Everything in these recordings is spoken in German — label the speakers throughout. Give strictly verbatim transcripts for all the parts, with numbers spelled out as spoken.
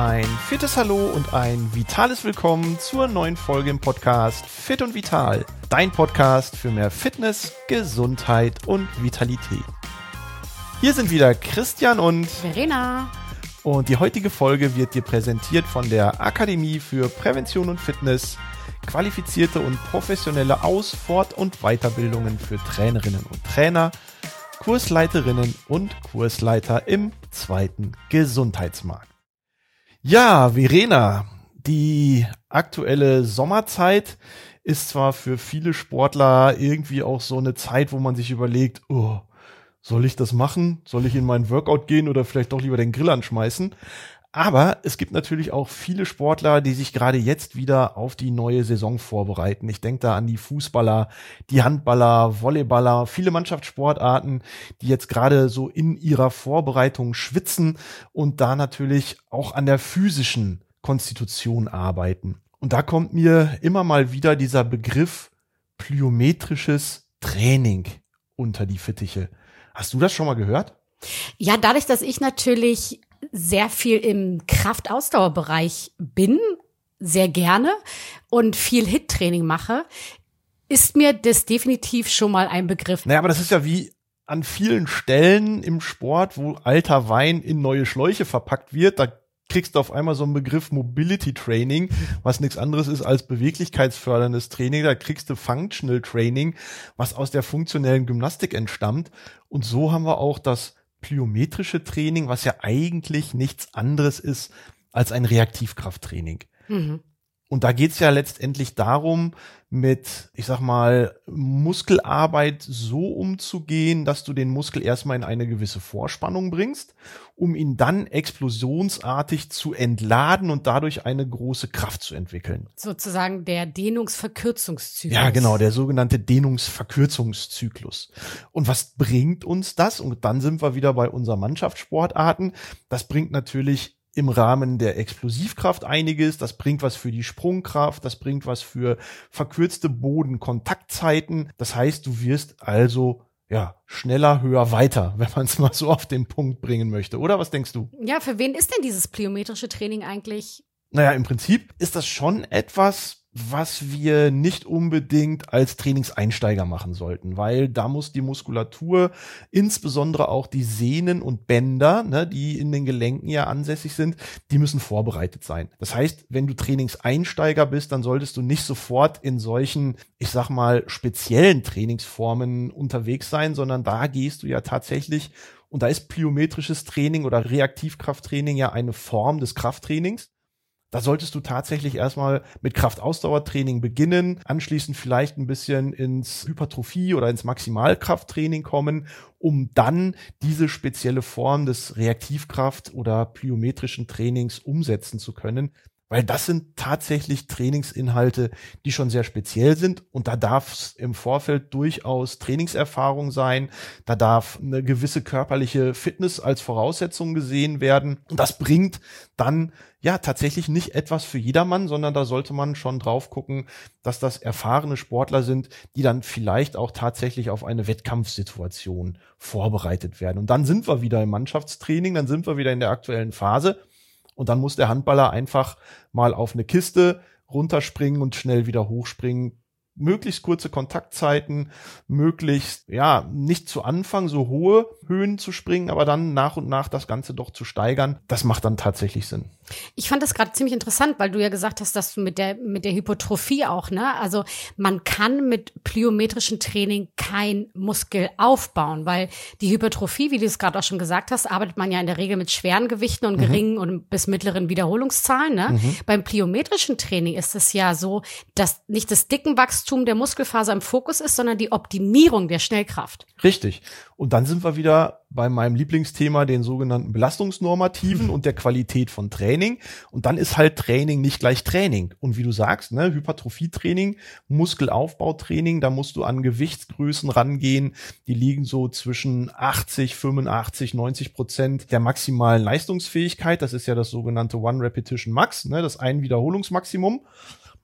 Speaker 1: Ein fittes Hallo und ein vitales Willkommen zur neuen Folge im Podcast Fit und Vital. Dein Podcast für mehr Fitness, Gesundheit und Vitalität. Hier sind wieder Christian und
Speaker 2: Verena.
Speaker 1: Und die heutige Folge wird dir präsentiert von der Akademie für Prävention und Fitness, qualifizierte und professionelle Aus-, Fort- und Weiterbildungen für Trainerinnen und Trainer, Kursleiterinnen und Kursleiter im zweiten Gesundheitsmarkt. Ja, Verena, die aktuelle Sommerzeit ist zwar für viele Sportler irgendwie auch so eine Zeit, wo man sich überlegt, oh, soll ich das machen? Soll ich in meinen Workout gehen oder vielleicht doch lieber den Grill anschmeißen? Aber es gibt natürlich auch viele Sportler, die sich gerade jetzt wieder auf die neue Saison vorbereiten. Ich denke da an die Fußballer, die Handballer, Volleyballer, viele Mannschaftssportarten, die jetzt gerade so in ihrer Vorbereitung schwitzen und da natürlich auch an der physischen Konstitution arbeiten. Und da kommt mir immer mal wieder dieser Begriff plyometrisches Training unter die Fittiche. Hast du das schon mal gehört?
Speaker 2: Ja, dadurch, dass ich natürlich sehr viel im Kraft-Ausdauerbereich bin, sehr gerne und viel H I I T-Training mache, ist mir das definitiv schon mal ein Begriff.
Speaker 1: Naja, aber das ist ja wie an vielen Stellen im Sport, wo alter Wein in neue Schläuche verpackt wird, da kriegst du auf einmal so einen Begriff Mobility Training, was nichts anderes ist als beweglichkeitsförderndes Training. Da kriegst du Functional Training, was aus der funktionellen Gymnastik entstammt. Und so haben wir auch das plyometrische Training, was ja eigentlich nichts anderes ist als ein Reaktivkrafttraining. Mhm. Und da geht's ja letztendlich darum, mit, ich sag mal, Muskelarbeit so umzugehen, dass du den Muskel erstmal in eine gewisse Vorspannung bringst, um ihn dann explosionsartig zu entladen und dadurch eine große Kraft zu entwickeln.
Speaker 2: Sozusagen der Dehnungsverkürzungszyklus.
Speaker 1: Ja, genau, der sogenannte Dehnungsverkürzungszyklus. Und was bringt uns das? Und dann sind wir wieder bei unseren Mannschaftssportarten. Das bringt natürlich im Rahmen der Explosivkraft einiges, das bringt was für die Sprungkraft, das bringt was für verkürzte Bodenkontaktzeiten. Das heißt, du wirst also ja schneller, höher, weiter, wenn man es mal so auf den Punkt bringen möchte. Oder was denkst du?
Speaker 2: Ja, für wen ist denn dieses plyometrische Training eigentlich?
Speaker 1: Naja, im Prinzip ist das schon etwas, was wir nicht unbedingt als Trainingseinsteiger machen sollten, weil da muss die Muskulatur, insbesondere auch die Sehnen und Bänder, ne, die in den Gelenken ja ansässig sind, die müssen vorbereitet sein. Das heißt, wenn du Trainingseinsteiger bist, dann solltest du nicht sofort in solchen, ich sag mal, speziellen Trainingsformen unterwegs sein, sondern da gehst du ja tatsächlich, und da ist plyometrisches Training oder Reaktivkrafttraining ja eine Form des Krafttrainings. Da solltest du tatsächlich erstmal mit Kraftausdauertraining beginnen, anschließend vielleicht ein bisschen ins Hypertrophie- oder ins Maximalkrafttraining kommen, um dann diese spezielle Form des Reaktivkraft- oder plyometrischen Trainings umsetzen zu können. Weil das sind tatsächlich Trainingsinhalte, die schon sehr speziell sind. Und da darf es im Vorfeld durchaus Trainingserfahrung sein. Da darf eine gewisse körperliche Fitness als Voraussetzung gesehen werden. Und das bringt dann ja tatsächlich nicht etwas für jedermann, sondern da sollte man schon drauf gucken, dass das erfahrene Sportler sind, die dann vielleicht auch tatsächlich auf eine Wettkampfsituation vorbereitet werden. Und dann sind wir wieder im Mannschaftstraining, dann sind wir wieder in der aktuellen Phase. Und dann muss der Handballer einfach mal auf eine Kiste runterspringen und schnell wieder hochspringen. Möglichst kurze Kontaktzeiten, möglichst, ja, nicht zu Anfang so hohe Höhen zu springen, aber dann nach und nach das Ganze doch zu steigern. Das macht dann tatsächlich Sinn.
Speaker 2: Ich fand das gerade ziemlich interessant, weil du ja gesagt hast, dass du mit der mit der Hypertrophie auch, ne? Also man kann mit plyometrischem Training kein Muskel aufbauen, weil die Hypertrophie, wie du es gerade auch schon gesagt hast, arbeitet man ja in der Regel mit schweren Gewichten und geringen mhm. und bis mittleren Wiederholungszahlen, ne? Mhm. Beim plyometrischen Training ist es ja so, dass nicht das Dickenwachstum der Muskelfaser im Fokus ist, sondern die Optimierung der Schnellkraft.
Speaker 1: Richtig. Und dann sind wir wieder bei meinem Lieblingsthema, den sogenannten Belastungsnormativen und der Qualität von Training. Und dann ist halt Training nicht gleich Training. Und wie du sagst, ne, Hypertrophietraining, Muskelaufbautraining, da musst du an Gewichtsgrößen rangehen. Die liegen so zwischen achtzig, fünfundachtzig, neunzig Prozent der maximalen Leistungsfähigkeit. Das ist ja das sogenannte One Repetition Max, ne, das ein Wiederholungsmaximum.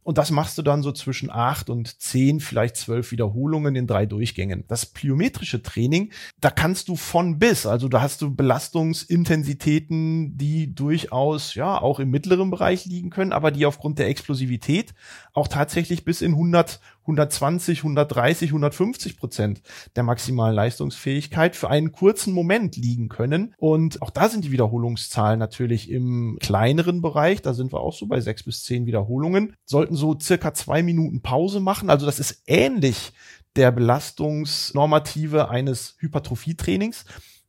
Speaker 1: Und das machst du dann so zwischen acht und zehn, vielleicht zwölf Wiederholungen in drei Durchgängen. Das plyometrische Training, da kannst du von bis, also da hast du Belastungsintensitäten, die durchaus ja auch im mittleren Bereich liegen können, aber die aufgrund der Explosivität auch tatsächlich bis in hundert, hundertzwanzig, hundertdreißig, hundertfünfzig Prozent der maximalen Leistungsfähigkeit für einen kurzen Moment liegen können. Und auch da sind die Wiederholungszahlen natürlich im kleineren Bereich, da sind wir auch so bei sechs bis zehn Wiederholungen, sollten so circa zwei Minuten Pause machen. Also das ist ähnlich der Belastungsnormative eines Hypertrophietrainings.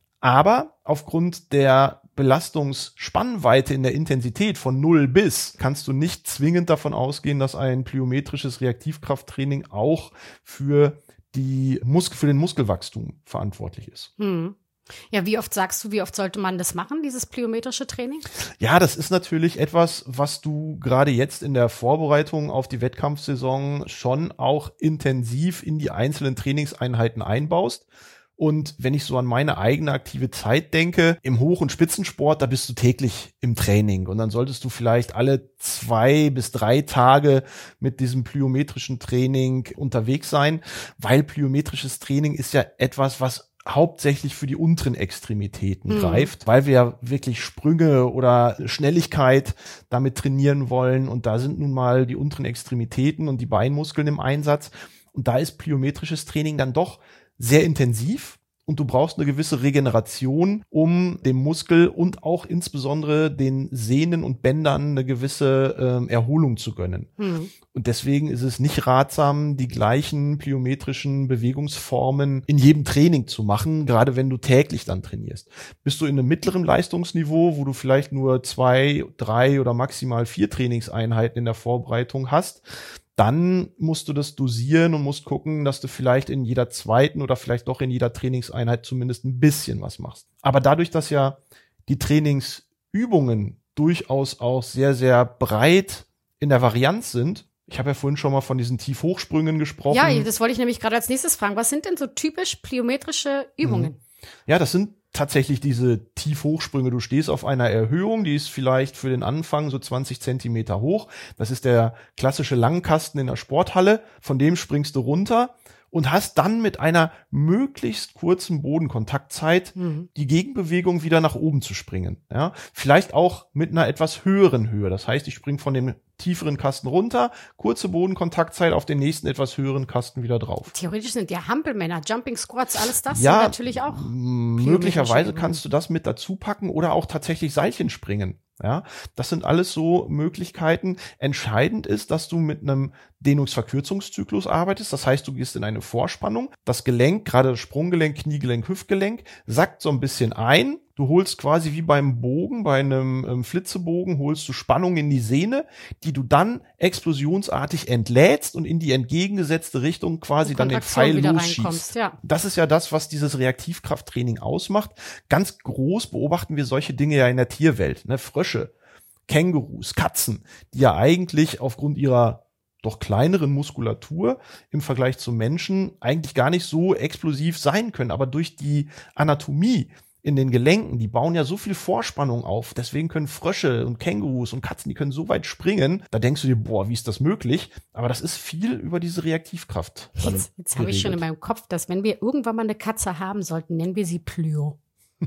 Speaker 1: Aber aufgrund der Belastungsspannweite in der Intensität von null bis kannst du nicht zwingend davon ausgehen, dass ein plyometrisches Reaktivkrafttraining auch für die Mus- für den Muskelwachstum verantwortlich ist.
Speaker 2: Hm. Ja, wie oft sagst du, wie oft sollte man das machen, dieses plyometrische Training?
Speaker 1: Ja, das ist natürlich etwas, was du gerade jetzt in der Vorbereitung auf die Wettkampfsaison schon auch intensiv in die einzelnen Trainingseinheiten einbaust. Und wenn ich so an meine eigene aktive Zeit denke, im Hoch- und Spitzensport, da bist du täglich im Training. Und dann solltest du vielleicht alle zwei bis drei Tage mit diesem plyometrischen Training unterwegs sein, weil plyometrisches Training ist ja etwas, was hauptsächlich für die unteren Extremitäten mhm. greift, weil wir ja wirklich Sprünge oder Schnelligkeit damit trainieren wollen. Und da sind nun mal die unteren Extremitäten und die Beinmuskeln im Einsatz. Und da ist plyometrisches Training dann doch sehr intensiv und du brauchst eine gewisse Regeneration, um dem Muskel und auch insbesondere den Sehnen und Bändern eine gewisse äh, Erholung zu gönnen. Mhm. Und deswegen ist es nicht ratsam, die gleichen plyometrischen Bewegungsformen in jedem Training zu machen, gerade wenn du täglich dann trainierst. Bist du in einem mittleren Leistungsniveau, wo du vielleicht nur zwei, drei oder maximal vier Trainingseinheiten in der Vorbereitung hast, dann musst du das dosieren und musst gucken, dass du vielleicht in jeder zweiten oder vielleicht doch in jeder Trainingseinheit zumindest ein bisschen was machst. Aber dadurch, dass ja die Trainingsübungen durchaus auch sehr, sehr breit in der Varianz sind, ich habe ja vorhin schon mal von diesen Tiefhochsprüngen gesprochen.
Speaker 2: Ja, das wollte ich nämlich gerade als nächstes fragen. Was sind denn so typisch plyometrische Übungen?
Speaker 1: Mhm. Ja, das sind tatsächlich diese Tiefhochsprünge. Du stehst auf einer Erhöhung, die ist vielleicht für den Anfang so zwanzig Zentimeter hoch. Das ist der klassische Langkasten in der Sporthalle. Von dem springst du runter und hast dann mit einer möglichst kurzen Bodenkontaktzeit mhm. die Gegenbewegung wieder nach oben zu springen. Ja, vielleicht auch mit einer etwas höheren Höhe. Das heißt, ich springe von dem tieferen Kasten runter, kurze Bodenkontaktzeit auf den nächsten etwas höheren Kasten wieder drauf.
Speaker 2: Theoretisch sind ja Hampelmänner, Jumping Squats, alles das
Speaker 1: ja,
Speaker 2: natürlich auch.
Speaker 1: Möglicherweise kannst du das mit dazu packen oder auch tatsächlich Seilchenspringen. Ja, das sind alles so Möglichkeiten. Entscheidend ist, dass du mit einem Dehnungsverkürzungszyklus arbeitest. Das heißt, du gehst in eine Vorspannung. Das Gelenk, gerade das Sprunggelenk, Kniegelenk, Hüftgelenk, sackt so ein bisschen ein. Du holst quasi wie beim Bogen, bei einem ähm, Flitzebogen, holst du Spannung in die Sehne, die du dann explosionsartig entlädst und in die entgegengesetzte Richtung quasi dann den Pfeil losschießt. Ja. Das ist ja das, was dieses Reaktivkrafttraining ausmacht. Ganz groß beobachten wir solche Dinge ja in der Tierwelt. Ne? Frösche, Kängurus, Katzen, die ja eigentlich aufgrund ihrer doch kleineren Muskulatur im Vergleich zum Menschen eigentlich gar nicht so explosiv sein können. Aber durch die Anatomie in den Gelenken, die bauen ja so viel Vorspannung auf. Deswegen können Frösche und Kängurus und Katzen, die können so weit springen. Da denkst du dir, boah, wie ist das möglich? Aber das ist viel über diese Reaktivkraft.
Speaker 2: Jetzt, jetzt habe ich schon in meinem Kopf, dass wenn wir irgendwann mal eine Katze haben sollten, nennen wir sie Plyo.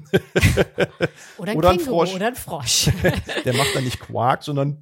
Speaker 2: Oder ein
Speaker 1: oder ein
Speaker 2: Känguru
Speaker 1: Frosch.
Speaker 2: Oder ein Frosch.
Speaker 1: Der macht dann nicht Quark, sondern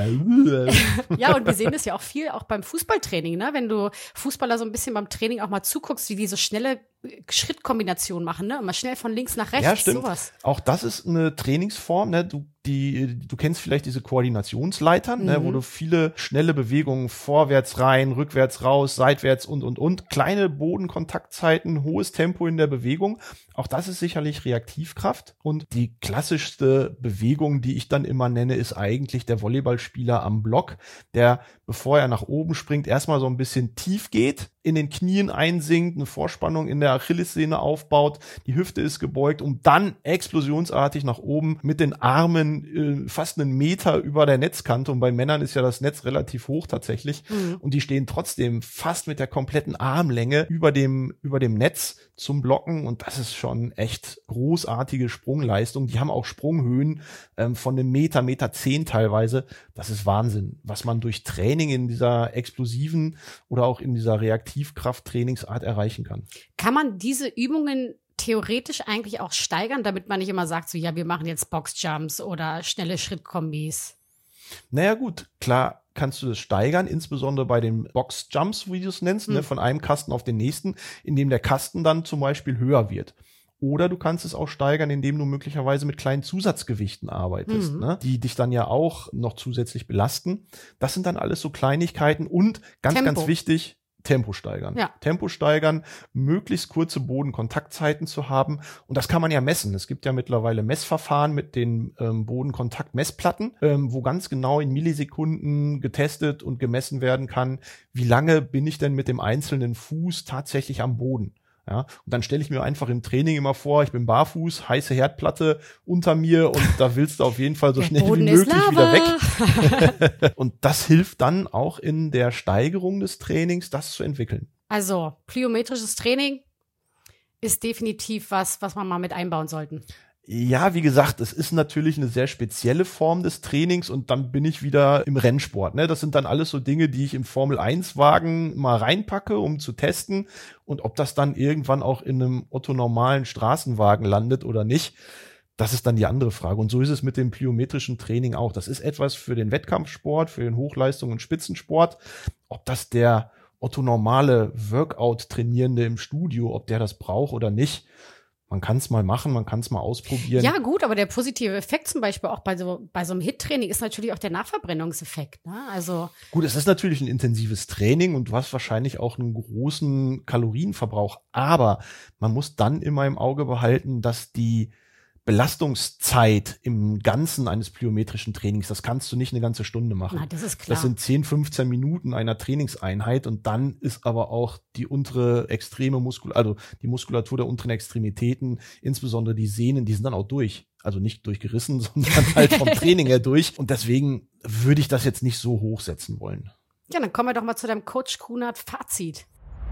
Speaker 2: Ja, und wir sehen das ja auch viel, auch beim Fußballtraining, ne? Wenn du Fußballer so ein bisschen beim Training auch mal zuguckst, wie die so schnelle Schrittkombinationen machen, ne? Immer schnell von links nach rechts,
Speaker 1: ja, stimmt.
Speaker 2: Sowas.
Speaker 1: Auch das ist eine Trainingsform, ne? Du, die, du kennst vielleicht diese Koordinationsleitern, mhm. ne? Wo du viele schnelle Bewegungen vorwärts rein, rückwärts raus, seitwärts und, und, und. Kleine Bodenkontaktzeiten, hohes Tempo in der Bewegung. Auch das ist sicherlich Reaktivkraft. Und die klassischste Bewegung, die ich dann immer nenne, ist eigentlich der Volleyballspieler am Block, der, bevor er nach oben springt, erstmal so ein bisschen tief geht, in den Knien einsinkt, eine Vorspannung in der Achillessehne aufbaut, die Hüfte ist gebeugt, um dann explosionsartig nach oben mit den Armen äh, fast einen Meter über der Netzkante. Und bei Männern ist ja das Netz relativ hoch tatsächlich. Mhm. Und die stehen trotzdem fast mit der kompletten Armlänge über dem, über dem Netz zum Blocken. Und das ist schon echt großartige Sprungleistung. Die haben auch Sprunghöhen ähm, von einem Meter, Meter zehn teilweise. Das ist Wahnsinn, was man durch Training Training in dieser explosiven oder auch in dieser Reaktivkraft-Trainingsart erreichen kann.
Speaker 2: Kann man diese Übungen theoretisch eigentlich auch steigern, damit man nicht immer sagt, so ja, wir machen jetzt Boxjumps oder schnelle Schrittkombis?
Speaker 1: Naja gut, klar kannst du das steigern, insbesondere bei den Boxjumps, wie du es nennst, hm. ne, von einem Kasten auf den nächsten, indem der Kasten dann zum Beispiel höher wird. Oder du kannst es auch steigern, indem du möglicherweise mit kleinen Zusatzgewichten arbeitest, mhm. ne, die dich dann ja auch noch zusätzlich belasten. Das sind dann alles so Kleinigkeiten und ganz, Tempo. ganz wichtig, Tempo steigern. Ja. Tempo steigern, möglichst kurze Bodenkontaktzeiten zu haben. Und das kann man ja messen. Es gibt ja mittlerweile Messverfahren mit den ähm, Bodenkontaktmessplatten, ähm, wo ganz genau in Millisekunden getestet und gemessen werden kann, wie lange bin ich denn mit dem einzelnen Fuß tatsächlich am Boden. Ja, und dann stelle ich mir einfach im Training immer vor, ich bin barfuß, heiße Herdplatte unter mir und da willst du auf jeden Fall so schnell wie möglich wieder weg. Und das hilft dann auch in der Steigerung des Trainings, das zu entwickeln.
Speaker 2: Also plyometrisches Training ist definitiv was, was man mal mit einbauen sollten.
Speaker 1: Ja, wie gesagt, es ist natürlich eine sehr spezielle Form des Trainings und dann bin ich wieder im Rennsport. Ne? Das sind dann alles so Dinge, die ich im Formel eins Wagen mal reinpacke, um zu testen. Und ob das dann irgendwann auch in einem otto-normalen Straßenwagen landet oder nicht, das ist dann die andere Frage. Und so ist es mit dem plyometrischen Training auch. Das ist etwas für den Wettkampfsport, für den Hochleistung- und Spitzensport. Ob das der otto-normale Workout-Trainierende im Studio, ob der das braucht oder nicht, man kann es mal machen, man kann es mal ausprobieren.
Speaker 2: Ja gut, aber der positive Effekt zum Beispiel auch bei so bei so einem Hit-Training ist natürlich auch der Nachverbrennungseffekt. Ne? Also
Speaker 1: gut, es ist natürlich ein intensives Training und du hast wahrscheinlich auch einen großen Kalorienverbrauch. Aber man muss dann immer im Auge behalten, dass die Belastungszeit im Ganzen eines plyometrischen Trainings, das kannst du nicht eine ganze Stunde machen.
Speaker 2: Na, das ist klar.
Speaker 1: Das sind zehn, fünfzehn Minuten einer Trainingseinheit und dann ist aber auch die untere extreme Muskulatur, also die Muskulatur der unteren Extremitäten, insbesondere die Sehnen, die sind dann auch durch. Also nicht durchgerissen, sondern halt vom Training her durch. Und deswegen würde ich das jetzt nicht so hochsetzen wollen.
Speaker 2: Ja, dann kommen wir doch mal zu deinem Coach Kunert Fazit.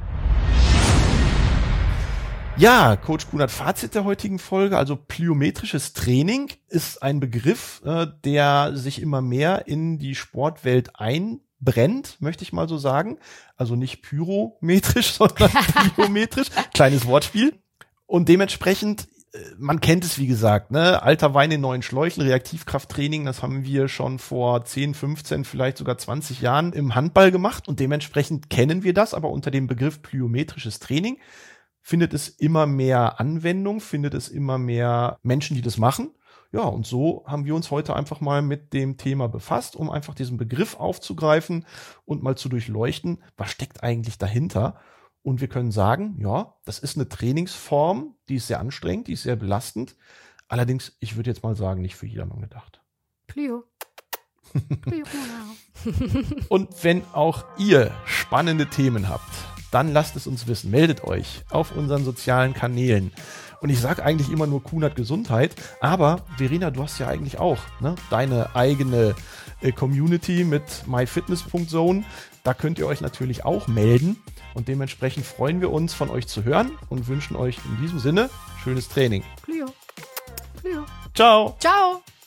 Speaker 1: Ja, Coach Kunert, Fazit der heutigen Folge. Also plyometrisches Training ist ein Begriff, äh, der sich immer mehr in die Sportwelt einbrennt, möchte ich mal so sagen. Also nicht pyrometrisch, sondern plyometrisch. Kleines Wortspiel. Und dementsprechend, man kennt es wie gesagt, ne, alter Wein in neuen Schläuchen, Reaktivkrafttraining, das haben wir schon vor zehn, fünfzehn, vielleicht sogar zwanzig Jahren im Handball gemacht. Und dementsprechend kennen wir das, aber unter dem Begriff plyometrisches Training findet es immer mehr Anwendung, findet es immer mehr Menschen, die das machen. Ja, und so haben wir uns heute einfach mal mit dem Thema befasst, um einfach diesen Begriff aufzugreifen und mal zu durchleuchten, was steckt eigentlich dahinter. Und wir können sagen, ja, das ist eine Trainingsform, die ist sehr anstrengend, die ist sehr belastend. Allerdings, ich würde jetzt mal sagen, nicht für jedermann gedacht.
Speaker 2: Plyo. Plyo.
Speaker 1: Und wenn auch ihr spannende Themen habt, dann lasst es uns wissen. Meldet euch auf unseren sozialen Kanälen. Und ich sage eigentlich immer nur Kunert Gesundheit, aber Verena, du hast ja eigentlich auch ne, deine eigene äh, Community mit myfitness punkt zone. Da könnt ihr euch natürlich auch melden und dementsprechend freuen wir uns, von euch zu hören und wünschen euch in diesem Sinne schönes Training.
Speaker 2: Plyo. Plyo.
Speaker 1: Ciao.
Speaker 2: Ciao.